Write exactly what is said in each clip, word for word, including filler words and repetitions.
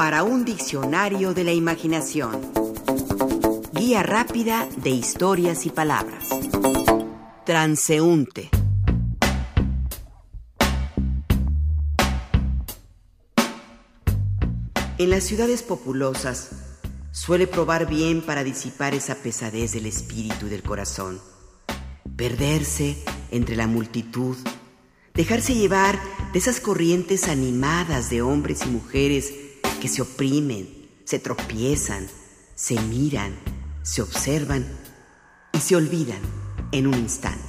para un diccionario de la imaginación. Guía rápida de historias y palabras. Transeúnte. En las ciudades populosas suele probar bien para disipar esa pesadez del espíritu y del corazón. Perderse entre la multitud, dejarse llevar de esas corrientes animadas de hombres y mujeres que se oprimen, se tropiezan, se miran, se observan y se olvidan en un instante.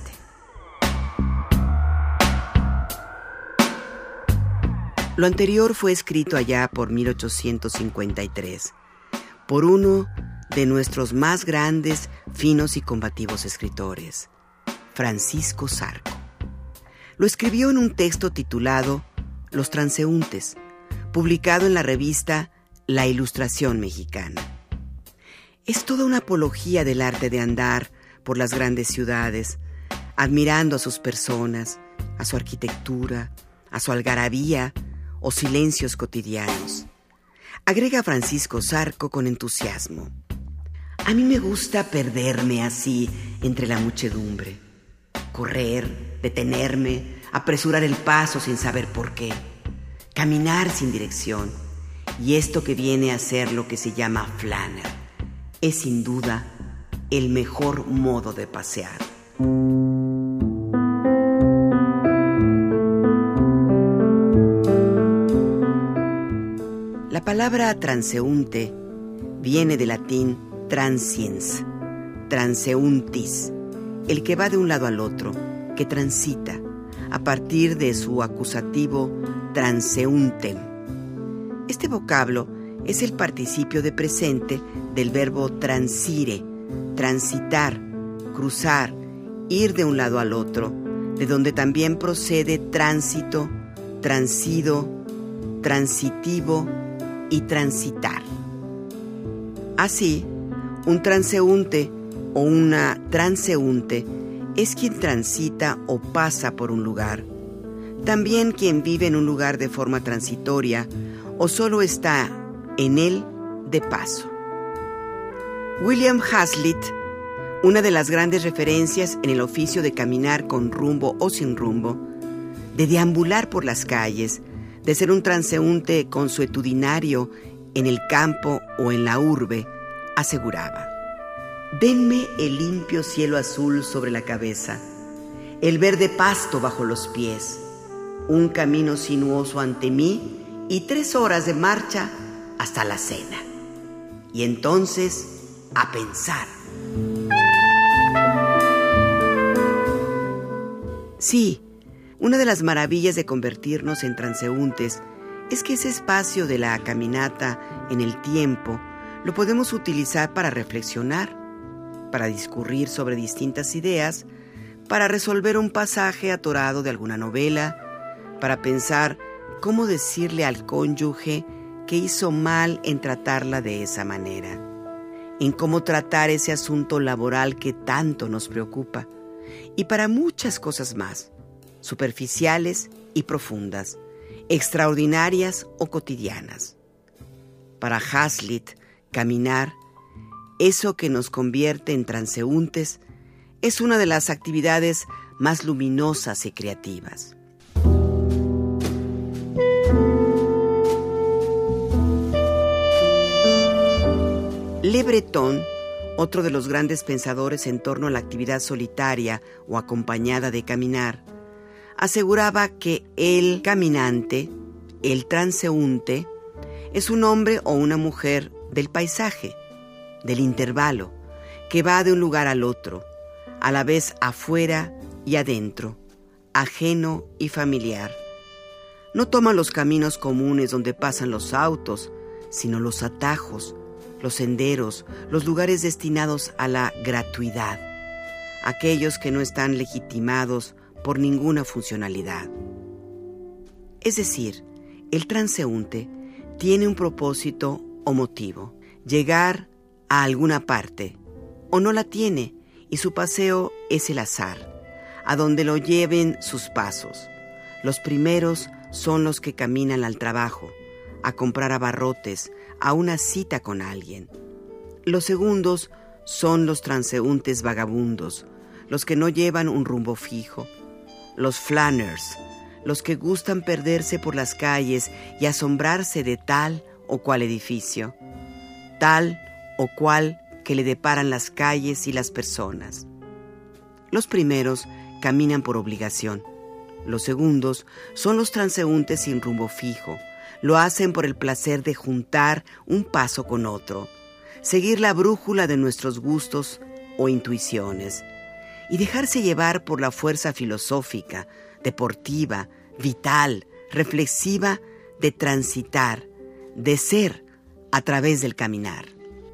Lo anterior fue escrito allá por mil ochocientos cincuenta y tres por uno de nuestros más grandes, finos y combativos escritores, Francisco Zarco. Lo escribió en un texto titulado Los transeúntes, publicado en la revista La Ilustración Mexicana. Es toda una apología del arte de andar por las grandes ciudades, admirando a sus personas, a su arquitectura, a su algarabía o silencios cotidianos. Agrega Francisco Zarco con entusiasmo: a mí me gusta perderme así entre la muchedumbre, correr, detenerme, apresurar el paso sin saber por qué, caminar sin dirección, y esto que viene a ser lo que se llama flaner es sin duda el mejor modo de pasear. La palabra transeúnte viene del latín transiens, transeuntis, el que va de un lado al otro, que transita, a partir de su acusativo transeuntem. Este vocablo es el participio de presente del verbo transire, transitar, cruzar, ir de un lado al otro, de donde también procede tránsito, transido, transitivo y transitar. Así, un transeúnte o una transeúnte es quien transita o pasa por un lugar. También quien vive en un lugar de forma transitoria o solo está en él de paso. William Hazlitt, una de las grandes referencias en el oficio de caminar con rumbo o sin rumbo, de deambular por las calles, de ser un transeúnte consuetudinario en el campo o en la urbe, aseguraba: denme el limpio cielo azul sobre la cabeza, el verde pasto bajo los pies, un camino sinuoso ante mí y tres horas de marcha hasta la cena. Y entonces, a pensar. Sí, una de las maravillas de convertirnos en transeúntes es que ese espacio de la caminata en el tiempo lo podemos utilizar para reflexionar, para discurrir sobre distintas ideas, para resolver un pasaje atorado de alguna novela, para pensar cómo decirle al cónyuge que hizo mal en tratarla de esa manera, en cómo tratar ese asunto laboral que tanto nos preocupa, y para muchas cosas más, superficiales y profundas, extraordinarias o cotidianas. Para Hazlitt, caminar, eso que nos convierte en transeúntes, es una de las actividades más luminosas y creativas. Le Breton, otro de los grandes pensadores en torno a la actividad solitaria o acompañada de caminar, aseguraba que el caminante, el transeúnte, es un hombre o una mujer del paisaje, del intervalo, que va de un lugar al otro, a la vez afuera y adentro, ajeno y familiar. No toma los caminos comunes donde pasan los autos, sino los atajos, los senderos, los lugares destinados a la gratuidad, aquellos que no están legitimados por ninguna funcionalidad. Es decir, el transeúnte tiene un propósito o motivo, llegar a alguna parte, o no la tiene, y su paseo es el azar, a donde lo lleven sus pasos. Los primeros son los que caminan al trabajo, a comprar abarrotes, a una cita con alguien. Los segundos son los transeúntes vagabundos, los que no llevan un rumbo fijo, los flâners, los que gustan perderse por las calles y asombrarse de tal o cual edificio, tal o cual que le deparan las calles y las personas. Los primeros caminan por obligación. Los segundos son los transeúntes sin rumbo fijo. Lo hacen por el placer de juntar un paso con otro, seguir la brújula de nuestros gustos o intuiciones y dejarse llevar por la fuerza filosófica, deportiva, vital, reflexiva de transitar, de ser a través del caminar.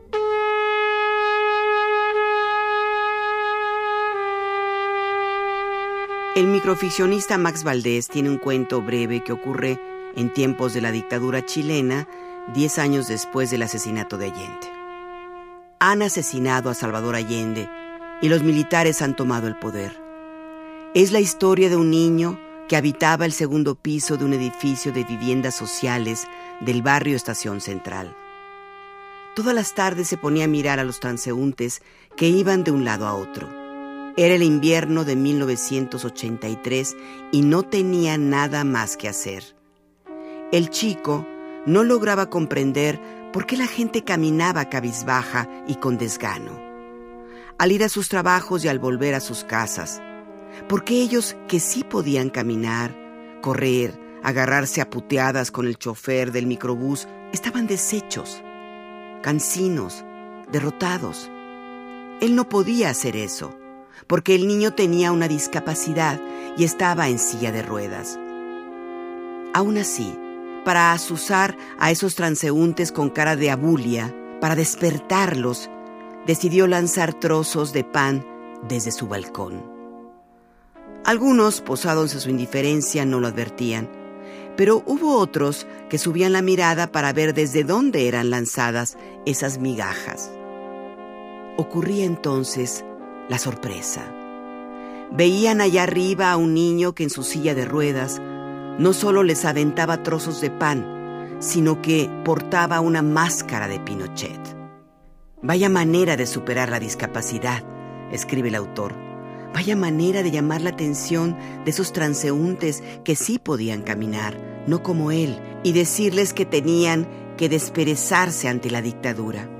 El microficcionista Max Valdés tiene un cuento breve que ocurre en tiempos de la dictadura chilena, diez años después del asesinato de Allende. Han asesinado a Salvador Allende y los militares han tomado el poder. Es la historia de un niño que habitaba el segundo piso de un edificio de viviendas sociales del barrio Estación Central. Todas las tardes se ponía a mirar a los transeúntes que iban de un lado a otro. Era el invierno de mil novecientos ochenta y tres y no tenía nada más que hacer. El chico no lograba comprender por qué la gente caminaba cabizbaja y con desgano. Al ir a sus trabajos y al volver a sus casas, ¿por qué ellos que sí podían caminar, correr, agarrarse a puteadas con el chofer del microbús, estaban deshechos, cansinos, derrotados? Él no podía hacer eso, porque el niño tenía una discapacidad y estaba en silla de ruedas. Aún así, para azuzar a esos transeúntes con cara de abulia, para despertarlos, decidió lanzar trozos de pan desde su balcón. Algunos, posados en su indiferencia, no lo advertían, pero hubo otros que subían la mirada para ver desde dónde eran lanzadas esas migajas. Ocurría entonces la sorpresa. Veían allá arriba a un niño que en su silla de ruedas no solo les aventaba trozos de pan, sino que portaba una máscara de Pinochet. Vaya manera de superar la discapacidad, escribe el autor. Vaya manera de llamar la atención de esos transeúntes que sí podían caminar, no como él, y decirles que tenían que desperezarse ante la dictadura.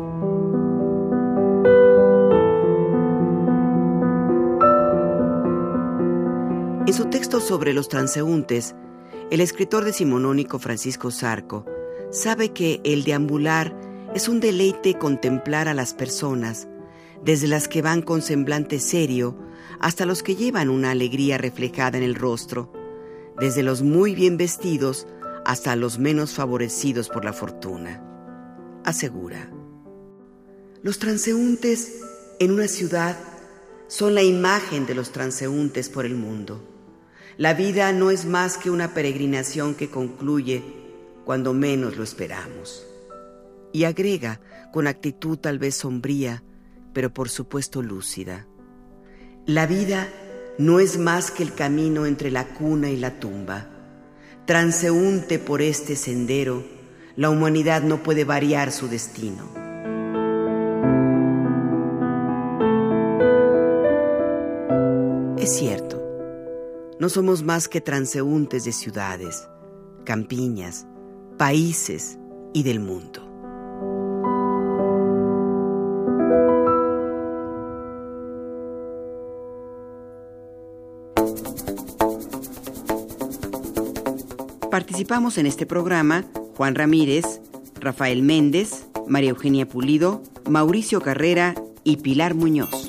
En su texto sobre los transeúntes, el escritor decimonónico Francisco Zarco sabe que el deambular es un deleite contemplar a las personas, desde las que van con semblante serio hasta los que llevan una alegría reflejada en el rostro, desde los muy bien vestidos hasta los menos favorecidos por la fortuna. Asegura: los transeúntes en una ciudad son la imagen de los transeúntes por el mundo. La vida no es más que una peregrinación que concluye cuando menos lo esperamos. Y agrega, con actitud tal vez sombría, pero por supuesto lúcida: la vida no es más que el camino entre la cuna y la tumba. Transeúnte por este sendero, la humanidad no puede variar su destino. Es cierto, no somos más que transeúntes de ciudades, campiñas, países y del mundo. Participamos en este programa Juan Ramírez, Rafael Méndez, María Eugenia Pulido, Mauricio Carrera y Pilar Muñoz.